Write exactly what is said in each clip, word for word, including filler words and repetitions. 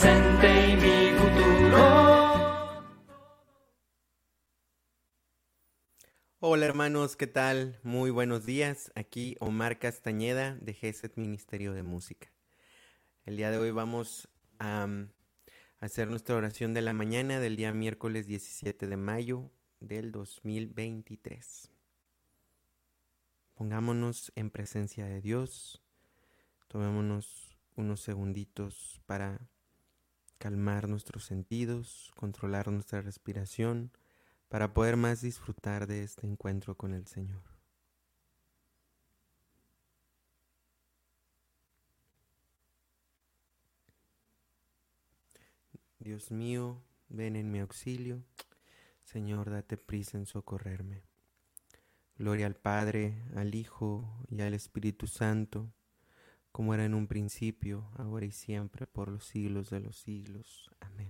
presente y mi futuro. Hola hermanos, ¿qué tal? Muy buenos días. Aquí Omar Castañeda de Gesed Ministerio de Música. El día de hoy vamos a um, hacer nuestra oración de la mañana del día miércoles diecisiete de mayo del dos mil veintitrés. Pongámonos en presencia de Dios. Tomémonos unos segunditos para calmar nuestros sentidos, controlar nuestra respiración, para poder más disfrutar de este encuentro con el Señor. Dios mío, ven en mi auxilio. Señor, date prisa en socorrerme. Gloria al Padre, al Hijo y al Espíritu Santo, como era en un principio, ahora y siempre, por los siglos de los siglos. Amén.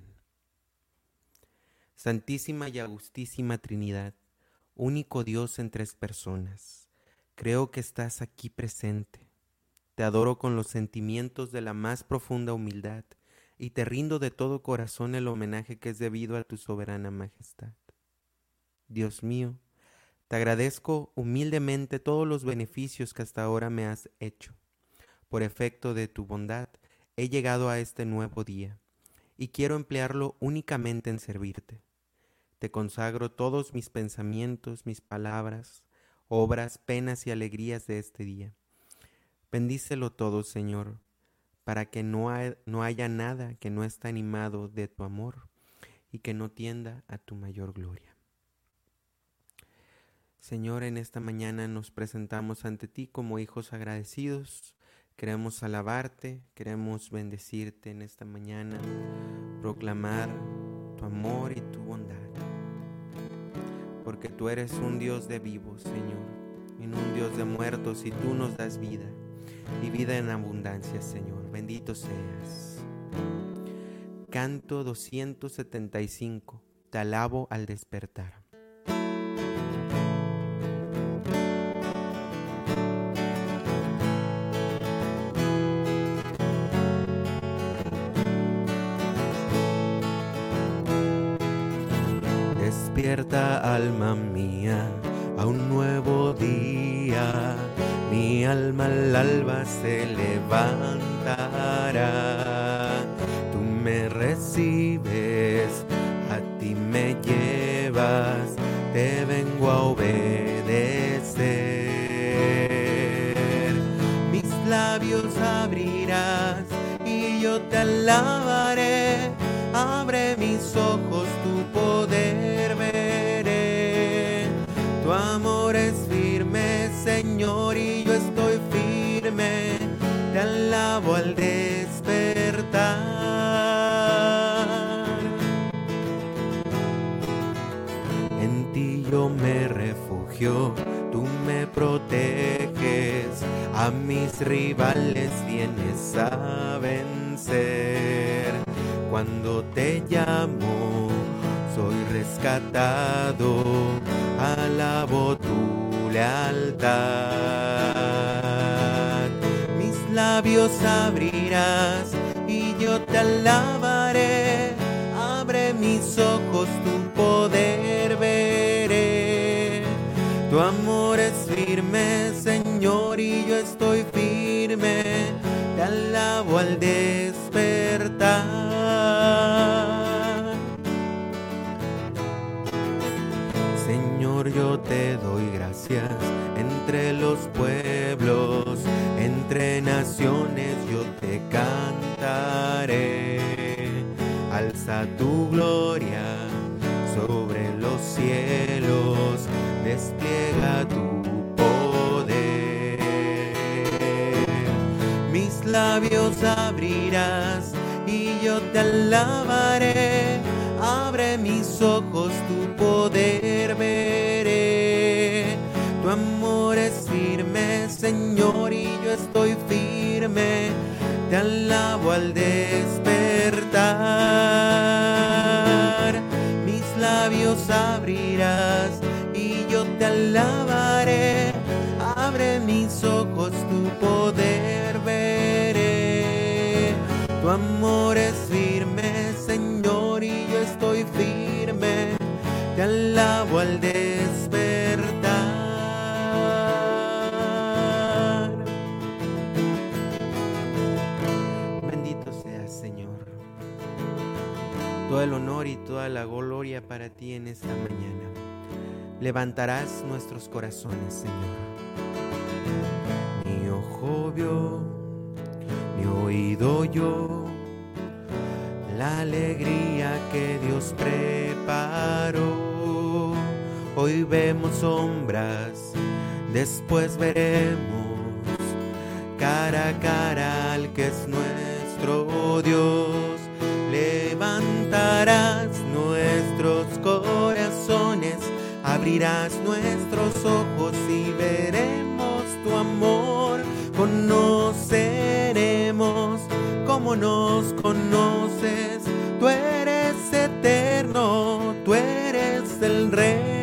Santísima y Augustísima Trinidad, único Dios en tres personas, creo que estás aquí presente. Te adoro con los sentimientos de la más profunda humildad y te rindo de todo corazón el homenaje que es debido a tu soberana majestad. Dios mío, te agradezco humildemente todos los beneficios que hasta ahora me has hecho. Por efecto de tu bondad, he llegado a este nuevo día y quiero emplearlo únicamente en servirte. Te consagro todos mis pensamientos, mis palabras, obras, penas y alegrías de este día. Bendícelo todo, Señor, para que no, hay, no haya nada que no esté animado de tu amor y que no tienda a tu mayor gloria. Señor, en esta mañana nos presentamos ante ti como hijos agradecidos. Queremos alabarte, queremos bendecirte en esta mañana, proclamar tu amor y tu bondad. Porque tú eres un Dios de vivos, Señor, y no un Dios de muertos, y tú nos das vida, y vida en abundancia, Señor. Bendito seas. Canto doscientos setenta y cinco. Te alabo al despertar. Despierta, alma mía, a un nuevo día. Mi alma al alba se levantará. Tú me recibes, a ti me llevas, te vengo a obedecer. Mis labios abrirás y yo te alabaré. Abre mis ojos, tu poder veré. Tu amor es firme, Señor, y yo estoy firme. Te alabo al despertar. En ti yo me refugio, tú me proteges. A mis rivales vienes a vencer. Cuando te llamo, soy rescatado, alabo tu lealtad. Mis labios abrirás y yo te alabaré. Abre mis ojos, tu poder veré. Tu amor es firme, Señor, y yo estoy firme. Te alabo al despertar. Señor, yo te doy gracias entre los pueblos, entre naciones yo te cantaré. Alza tu gloria sobre los cielos, despliega tu poder. Mis labios abrirás y yo te alabaré. Abre mis ojos, tu poder veré. Tu amor es firme, Señor, y yo estoy firme. Te alabo al despertar. Mis labios abrirás y yo te alabaré. Abre mis ojos, tu poder veré. Tu amor es firme, Señor, y yo estoy firme. Te alabo al despertar. Bendito seas, Señor. Todo el honor y toda la gloria para ti en esta mañana. Levantarás nuestros corazones, Señor. Mi ojo vio, mi oído oyó la alegría que Dios preparó. Hoy vemos sombras, después veremos cara a cara al que es nuestro Dios. Levantarás nuestros corazones, abrirás nuestros ojos y veremos tu amor. Conoceremos como nos conoces. Tú eres eterno, tú eres el Rey.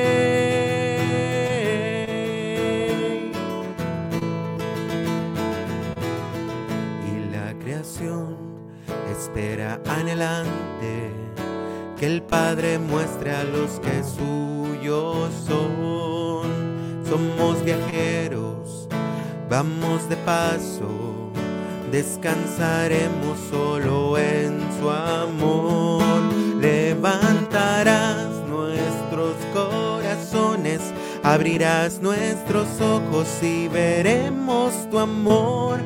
Y la creación espera anhelante que el Padre muestre a los que suyos son. Somos viajeros, vamos de paso, descansaremos solo en su amor. Levantarás nuestros corazones, abrirás nuestros ojos y veremos tu amor.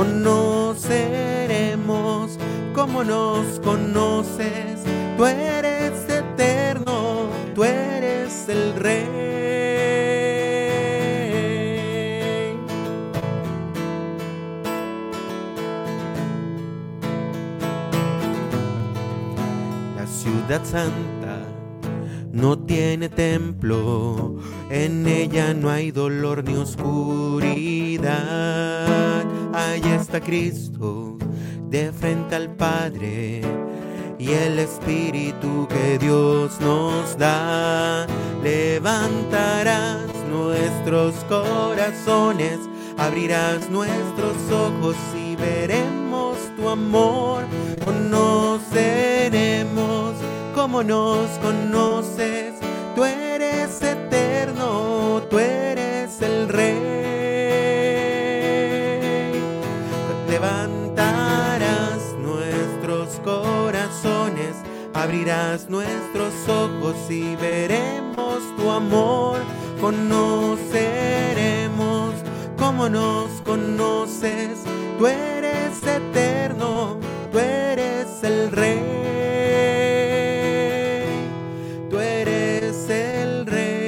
Conoceremos como nos conoces. Tú eres eterno, tú eres el Rey. La ciudad santa no tiene templo, en ella no hay dolor ni oscuridad. Ahí está Cristo de frente al Padre y el Espíritu que Dios nos da. Levantarás nuestros corazones, abrirás nuestros ojos y veremos tu amor. Conoceremos como nos conoces. Tú eres eterno, tú eres el Rey. Levantarás nuestros corazones, abrirás nuestros ojos y veremos tu amor. Conoceremos como nos conoces. Tú eres eterno, tú eres el Rey. Tú eres el Rey.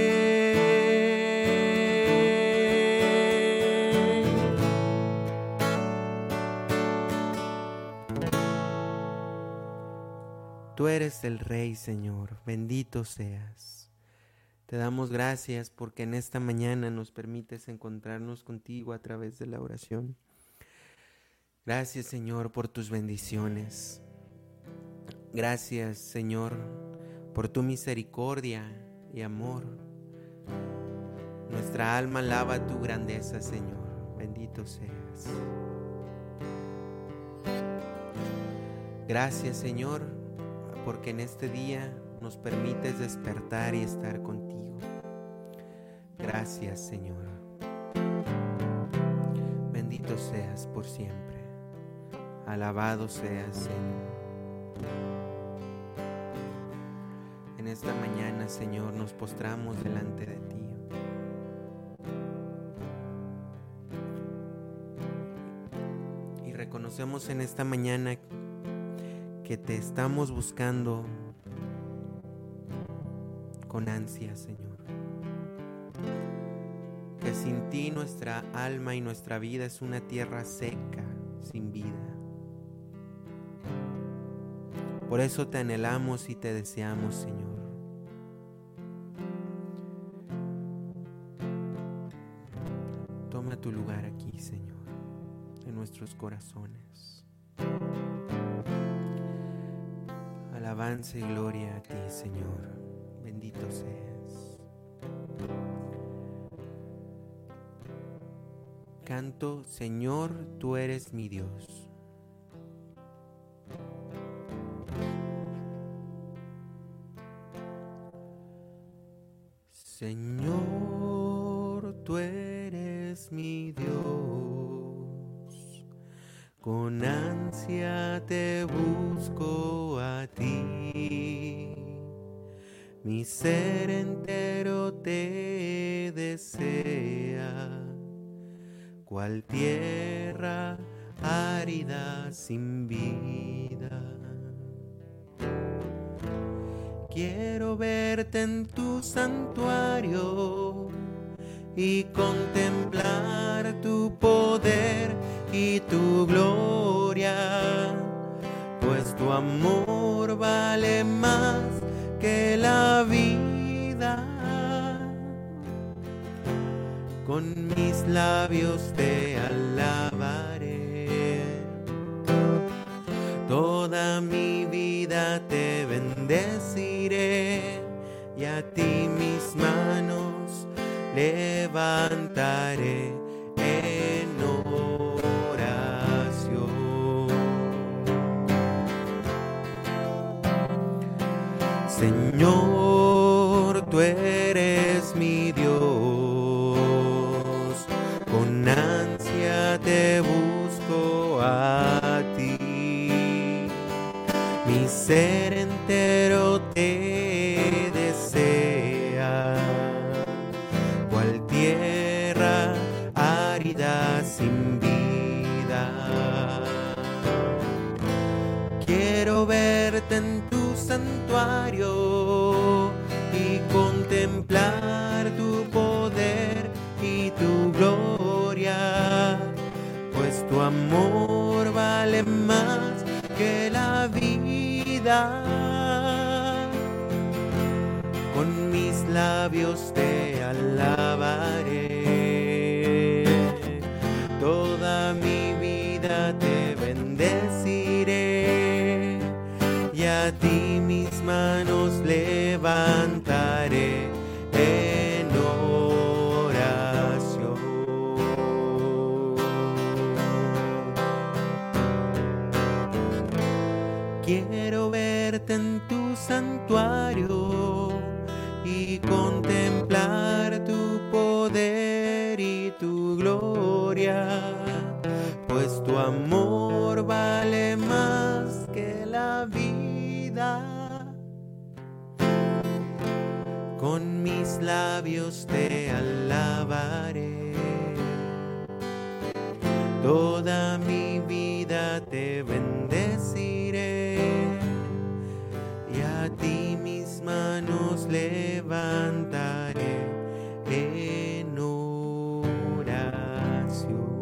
Tú eres el Rey, Señor. Bendito seas. Te damos gracias porque en esta mañana nos permites encontrarnos contigo a través de la oración. Gracias, Señor, por tus bendiciones. Gracias, Señor, por tu misericordia y amor. Nuestra alma alaba tu grandeza, Señor. Bendito seas. Gracias, Señor, porque en este día nos permites despertar y estar contigo. Gracias, Señor. Bendito seas por siempre. Alabado seas, Señor. En esta mañana, Señor, nos postramos delante de ti. Y reconocemos en esta mañana que te estamos buscando con ansia, Señor. Que sin ti nuestra alma y nuestra vida es una tierra seca, sin vida. Por eso te anhelamos y te deseamos, Señor. Toma tu lugar aquí, Señor, en nuestros corazones. Alabanza y gloria a ti, Señor. Bendito seas. Canto, Señor, tú eres mi Dios. Señor, tú eres mi Dios, con ansia te busco a ti, mi ser entero te desea, cual tierra árida sin vida. Quiero verte en tu santuario y contemplar tu poder y tu gloria, pues tu amor vale más que la vida. Con mis labios te alabaré, toda mi vida te bendeciré y a ti mis manos levantaré en oración. Señor, tú eres mi Dios, con ansia te busco a ti. Mi ser entero te desea, cual tierra árida sin vida. Quiero verte en tu santuario y contemplar tu poder y tu gloria, pues tu amor vale más que la vida. Con mis labios te alabaré, toda mi vida te bendeciré y a ti mis manos levantaré en oración. Quiero verte en tu santuario y contemplar tu poder y tu gloria, pues tu amor vale más que la vida. Con mis labios te alabaré, toda mi vida te bendeciré y a ti mis manos levantaré en oración.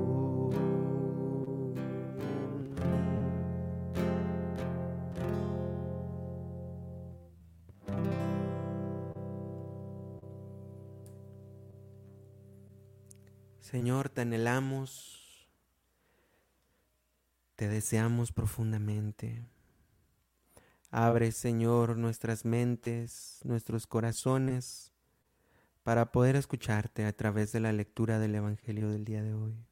Señor, te anhelamos, te deseamos profundamente. Abre, Señor, nuestras mentes, nuestros corazones, para poder escucharte a través de la lectura del Evangelio del día de hoy.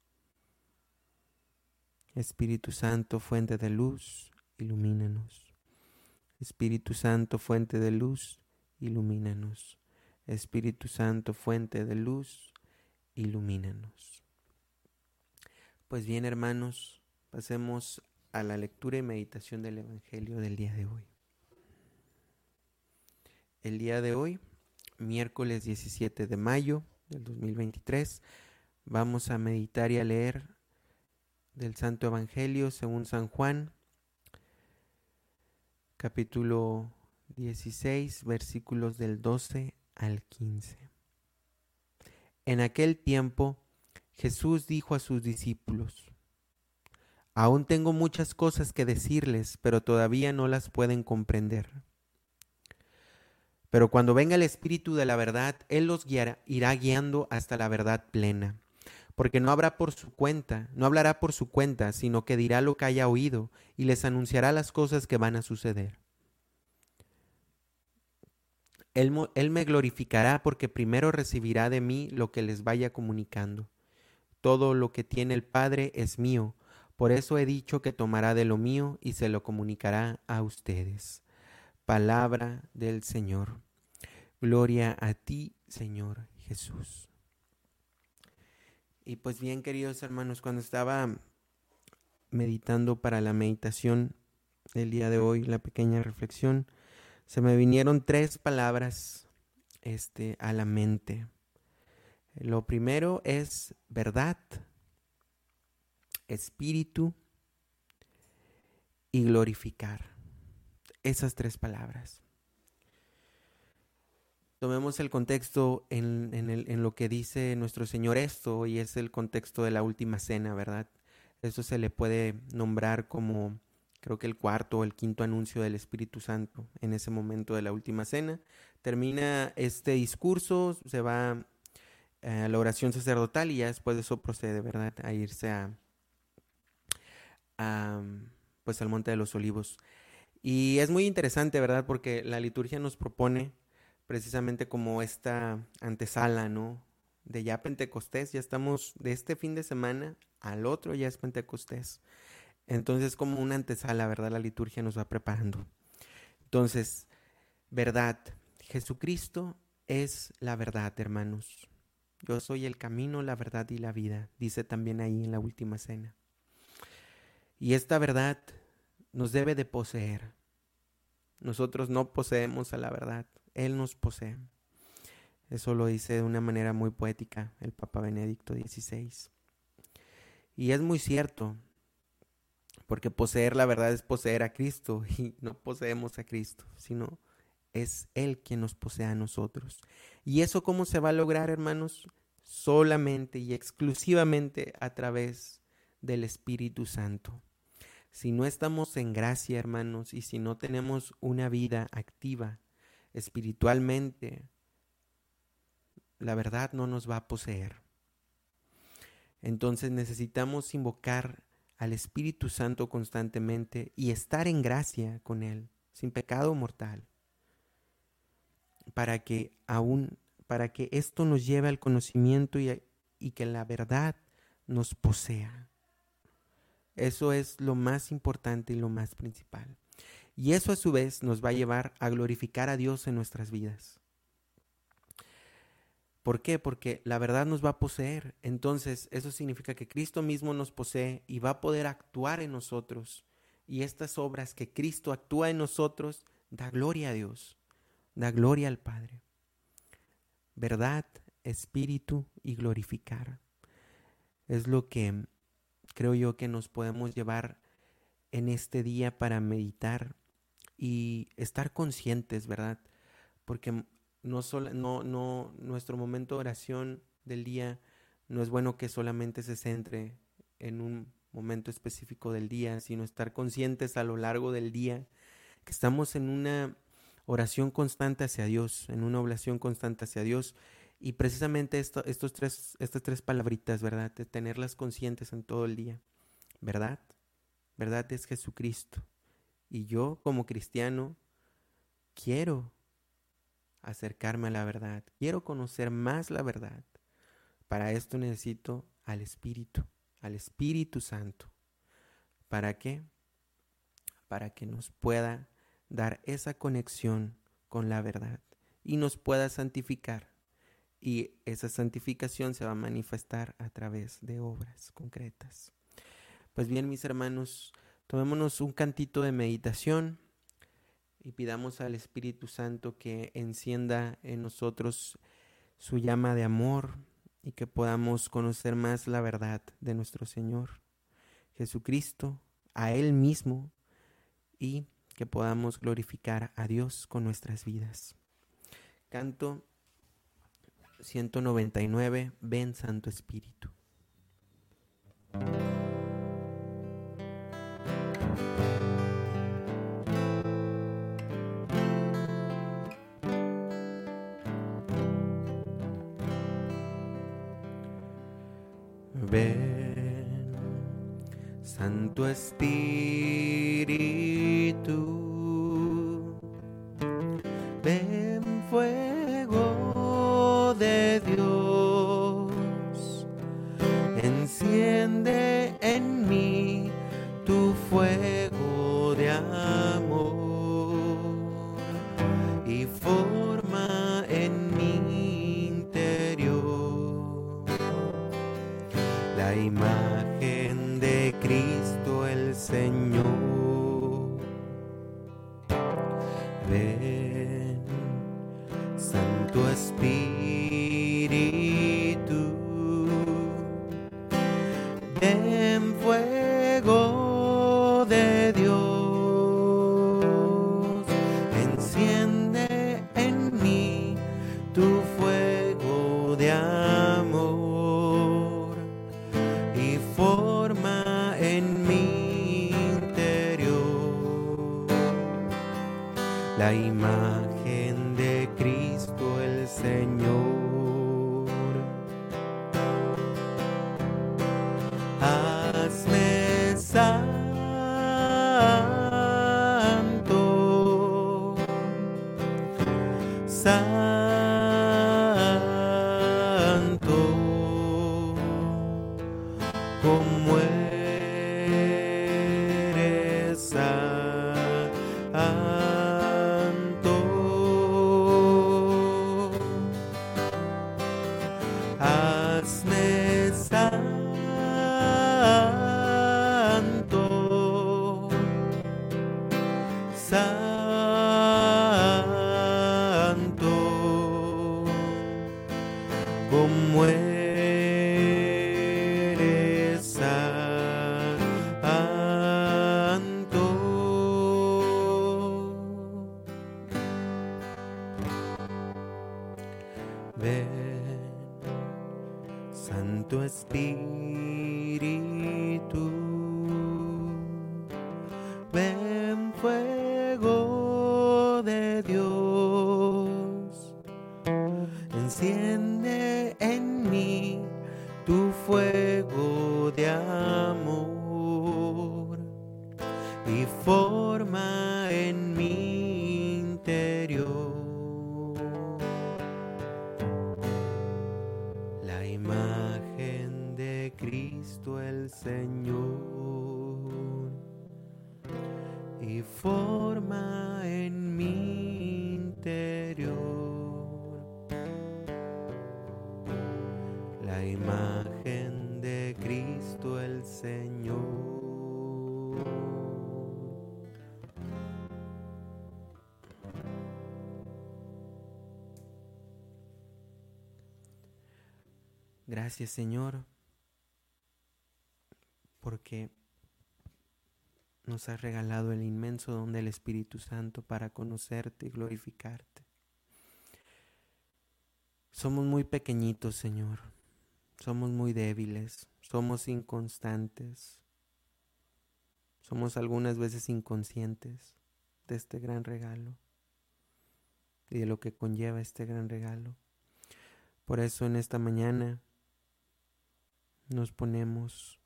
Espíritu Santo, fuente de luz, ilumínanos. Espíritu Santo, fuente de luz, ilumínanos. Espíritu Santo, fuente de luz, ilumínanos. Pues bien, hermanos, pasemos a la lectura y meditación del Evangelio del día de hoy. El día de hoy, miércoles diecisiete de mayo del dos mil veintitrés, vamos a meditar y a leer del Santo Evangelio según San Juan, capítulo dieciséis, versículos del doce al quince. En aquel tiempo, Jesús dijo a sus discípulos: Aún tengo muchas cosas que decirles, pero todavía no las pueden comprender. Pero cuando venga el Espíritu de la verdad, Él los guiará, irá guiando hasta la verdad plena, porque no habrá por su cuenta, no hablará por su cuenta, sino que dirá lo que haya oído y les anunciará las cosas que van a suceder. Él, él me glorificará porque primero recibirá de mí lo que les vaya comunicando. Todo lo que tiene el Padre es mío. Por eso he dicho que tomará de lo mío y se lo comunicará a ustedes. Palabra del Señor. Gloria a ti, Señor Jesús. Y pues bien, queridos hermanos, cuando estaba meditando para la meditación del día de hoy, la pequeña reflexión, se me vinieron tres palabras este, a la mente. Lo primero es verdad, espíritu y glorificar. Esas tres palabras. Tomemos el contexto en, en, el, en lo que dice nuestro Señor esto, y es el contexto de la última cena, ¿verdad? Eso se le puede nombrar como, creo que el cuarto o el quinto anuncio del Espíritu Santo en ese momento de la última cena. Termina este discurso, se va a la oración sacerdotal y ya después de eso procede, ¿verdad?, a irse a, a pues al Monte de los Olivos. Y es muy interesante, ¿verdad?, porque la liturgia nos propone precisamente como esta antesala, ¿no?, de ya Pentecostés. Ya estamos de este fin de semana al otro, ya es Pentecostés. Entonces, como una antesala, ¿verdad?, la liturgia nos va preparando. Entonces, verdad. Jesucristo es la verdad, hermanos. Yo soy el camino, la verdad y la vida, dice también ahí en la última cena. Y esta verdad nos debe de poseer. Nosotros no poseemos a la verdad, Él nos posee. Eso lo dice de una manera muy poética el Papa Benedicto dieciséis. Y es muy cierto, porque poseer la verdad es poseer a Cristo, y no poseemos a Cristo, sino es Él quien nos posee a nosotros. ¿Y eso cómo se va a lograr, hermanos? Solamente y exclusivamente a través del Espíritu Santo. Si no estamos en gracia, hermanos, y si no tenemos una vida activa espiritualmente, la verdad no nos va a poseer. Entonces necesitamos invocar al Espíritu Santo constantemente y estar en gracia con Él, sin pecado mortal, para que aún, para que esto nos lleve al conocimiento y, y que la verdad nos posea. Eso es lo más importante y lo más principal. Y eso a su vez nos va a llevar a glorificar a Dios en nuestras vidas. ¿Por qué? Porque la verdad nos va a poseer. Entonces eso significa que Cristo mismo nos posee y va a poder actuar en nosotros. Y estas obras que Cristo actúa en nosotros da gloria a Dios, da gloria al Padre. Verdad, espíritu y glorificar. Es lo que creo yo que nos podemos llevar en este día para meditar y estar conscientes, ¿verdad? Porque no solo, no, no, nuestro momento de oración del día no es bueno que solamente se centre en un momento específico del día, sino estar conscientes a lo largo del día que estamos en una oración constante hacia Dios, en una oblación constante hacia Dios. Y precisamente esto, estos tres, estas tres palabritas, ¿verdad? De tenerlas conscientes en todo el día. ¿Verdad? Verdad es Jesucristo. Y yo, como cristiano, quiero acercarme a la verdad. Quiero conocer más la verdad. Para esto necesito al Espíritu, al Espíritu Santo. ¿Para qué? Para que nos pueda dar esa conexión con la verdad y nos pueda santificar. Y esa santificación se va a manifestar a través de obras concretas. Pues bien, mis hermanos, tomémonos un cantito de meditación y pidamos al Espíritu Santo que encienda en nosotros su llama de amor y que podamos conocer más la verdad de nuestro Señor Jesucristo, a Él mismo, y que podamos glorificar a Dios con nuestras vidas. Canto ciento noventa y nueve, ven Santo Espíritu. Ven, Santo Espíritu, ven fuego de Dios, enciende en mí tu fuego de amor y forma en mí Ven, Santo Espíritu, ven, fuego de Dios, enciende en mí tu fuego de amor y forma en mi interior la imagen de Cristo el Señor. Hazme santo, santo, como eres santo. Hazme santo, santo, como eres santo. Ven, Santo Espíritu, ven, fuego de Dios, enciende en mí tu fuego de amor y forma en mi interior la imagen de Cristo el Señor y forma en mi interior la imagen de Cristo el Señor. Gracias, Señor, porque nos has regalado el inmenso don del Espíritu Santo para conocerte y glorificarte. Somos muy pequeñitos, Señor, somos muy débiles, somos inconstantes, somos algunas veces inconscientes de este gran regalo y de lo que conlleva este gran regalo. Por eso en esta mañana nos ponemos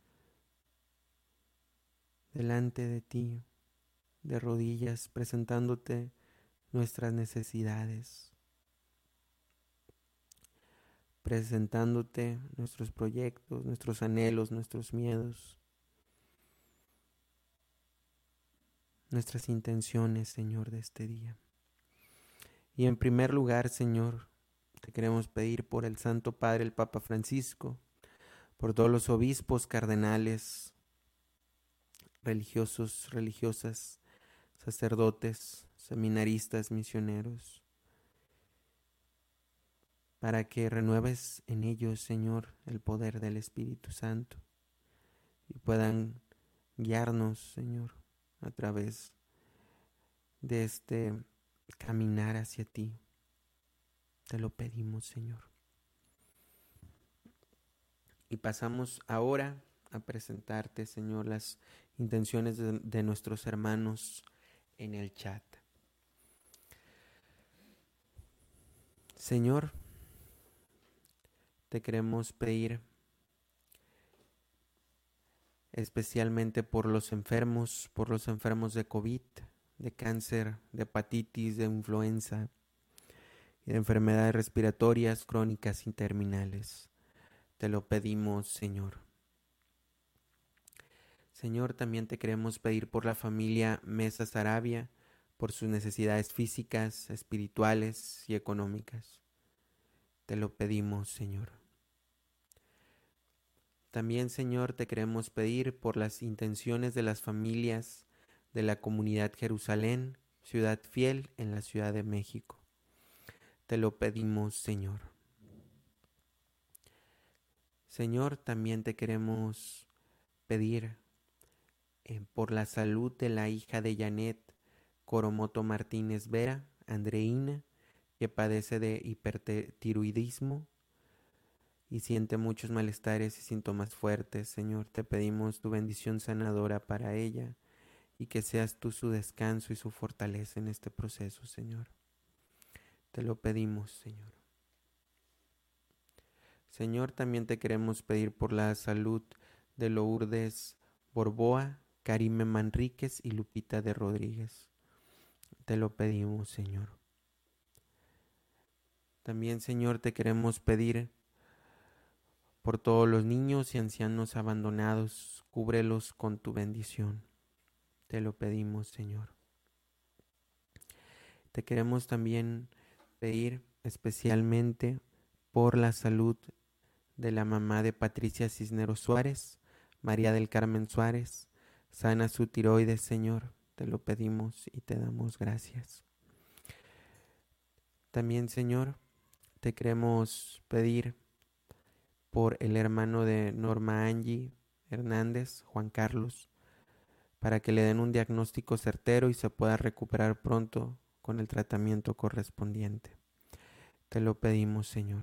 delante de ti, de rodillas, presentándote nuestras necesidades, presentándote nuestros proyectos, nuestros anhelos, nuestros miedos, nuestras intenciones, Señor, de este día. Y en primer lugar, Señor, te queremos pedir por el Santo Padre, el Papa Francisco, por todos los obispos, cardenales, religiosos, religiosas, sacerdotes, seminaristas, misioneros, para que renueves en ellos, Señor, el poder del Espíritu Santo y puedan guiarnos, Señor, a través de este caminar hacia ti. Te lo pedimos, Señor. Y pasamos ahora a presentarte, Señor, las intenciones de, de nuestros hermanos en el chat. Señor, te queremos pedir especialmente por los enfermos, por los enfermos de COVID, de cáncer, de hepatitis, de influenza y de enfermedades respiratorias crónicas y terminales. Te lo pedimos, Señor. Señor, también te queremos pedir por la familia Mesa Sarabia, por sus necesidades físicas, espirituales y económicas. Te lo pedimos, Señor. También, Señor, te queremos pedir por las intenciones de las familias de la comunidad Jerusalén, ciudad fiel en la Ciudad de México. Te lo pedimos, Señor. Señor, también te queremos pedir eh, por la salud de la hija de Janet Coromoto Martínez Vera, Andreina, que padece de hipertiroidismo y siente muchos malestares y síntomas fuertes. Señor, te pedimos tu bendición sanadora para ella y que seas tú su descanso y su fortaleza en este proceso, Señor. Te lo pedimos, Señor. Señor, también te queremos pedir por la salud de Lourdes Borboa, Karime Manríquez y Lupita de Rodríguez. Te lo pedimos, Señor. También, Señor, te queremos pedir por todos los niños y ancianos abandonados, cúbrelos con tu bendición. Te lo pedimos, Señor. Te queremos también pedir especialmente por la salud de la mamá de Patricia Cisneros Suárez, María del Carmen Suárez. Sana su tiroides, Señor. Te lo pedimos y te damos gracias. También, Señor, te queremos pedir por el hermano de Norma Angie Hernández, Juan Carlos, para que le den un diagnóstico certero y se pueda recuperar pronto con el tratamiento correspondiente. Te lo pedimos, Señor.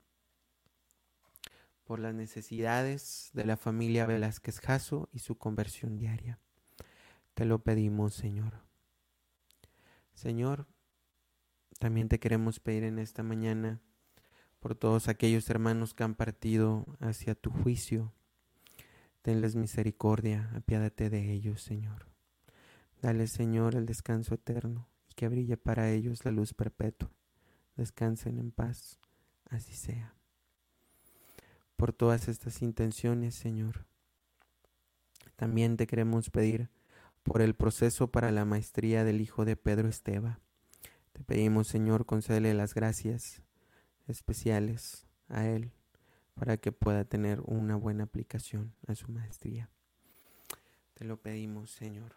Por las necesidades de la familia Velázquez Jasso y su conversión diaria. Te lo pedimos, Señor. Señor, también te queremos pedir en esta mañana por todos aquellos hermanos que han partido hacia tu juicio. Tenles misericordia, apiádate de ellos, Señor. Dale, Señor, el descanso eterno y que brille para ellos la luz perpetua. Descansen en paz, así sea. Por todas estas intenciones, Señor, también te queremos pedir por el proceso para la maestría del hijo de Pedro Esteva. Te pedimos, Señor, concédele las gracias especiales a él para que pueda tener una buena aplicación a su maestría. Te lo pedimos, Señor.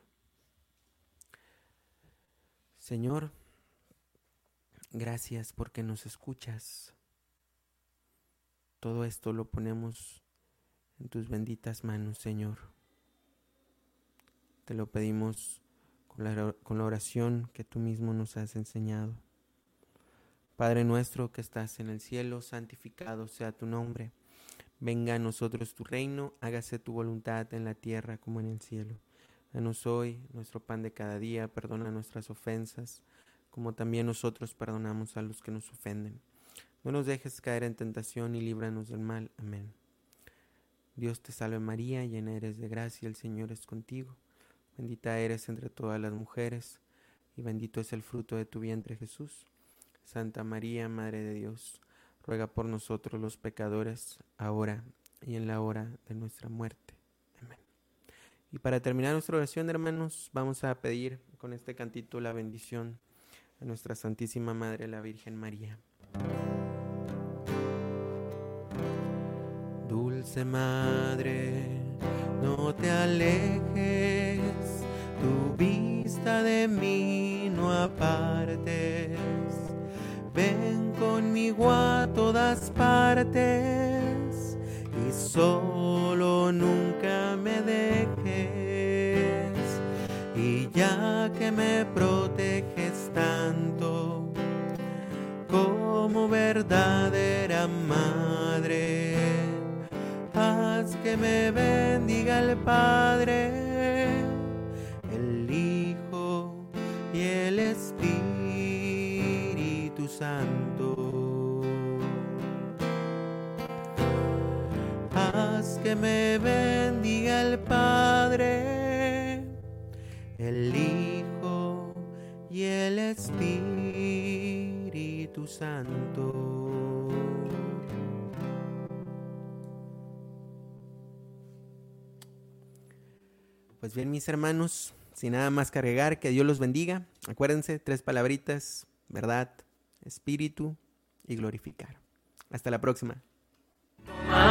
Señor, gracias porque nos escuchas. Todo esto lo ponemos en tus benditas manos, Señor. Te lo pedimos con la, con la oración que tú mismo nos has enseñado. Padre nuestro que estás en el cielo, santificado sea tu nombre. Venga a nosotros tu reino, hágase tu voluntad en la tierra como en el cielo. Danos hoy nuestro pan de cada día, perdona nuestras ofensas, como también nosotros perdonamos a los que nos ofenden. No nos dejes caer en tentación y líbranos del mal. Amén. Dios te salve María, llena eres de gracia, el Señor es contigo. Bendita eres entre todas las mujeres, y bendito es el fruto de tu vientre, Jesús. Santa María, Madre de Dios, ruega por nosotros los pecadores, ahora y en la hora de nuestra muerte. Amén. Y para terminar nuestra oración, hermanos, vamos a pedir con este cantito la bendición a nuestra Santísima Madre, la Virgen María. Dulce Madre, no te alejes, tu vista de mí no apartes. Ven conmigo a todas partes y solo nunca me dejes. Y ya que me proteges tanto como verdadera madre, haz que me bendiga el Padre, el Hijo y el Espíritu Santo. Haz que me bendiga el Padre, el Hijo y el Espíritu Santo. Pues bien, mis hermanos, sin nada más que agregar, que Dios los bendiga. Acuérdense, tres palabritas: verdad, espíritu y glorificar. Hasta la próxima.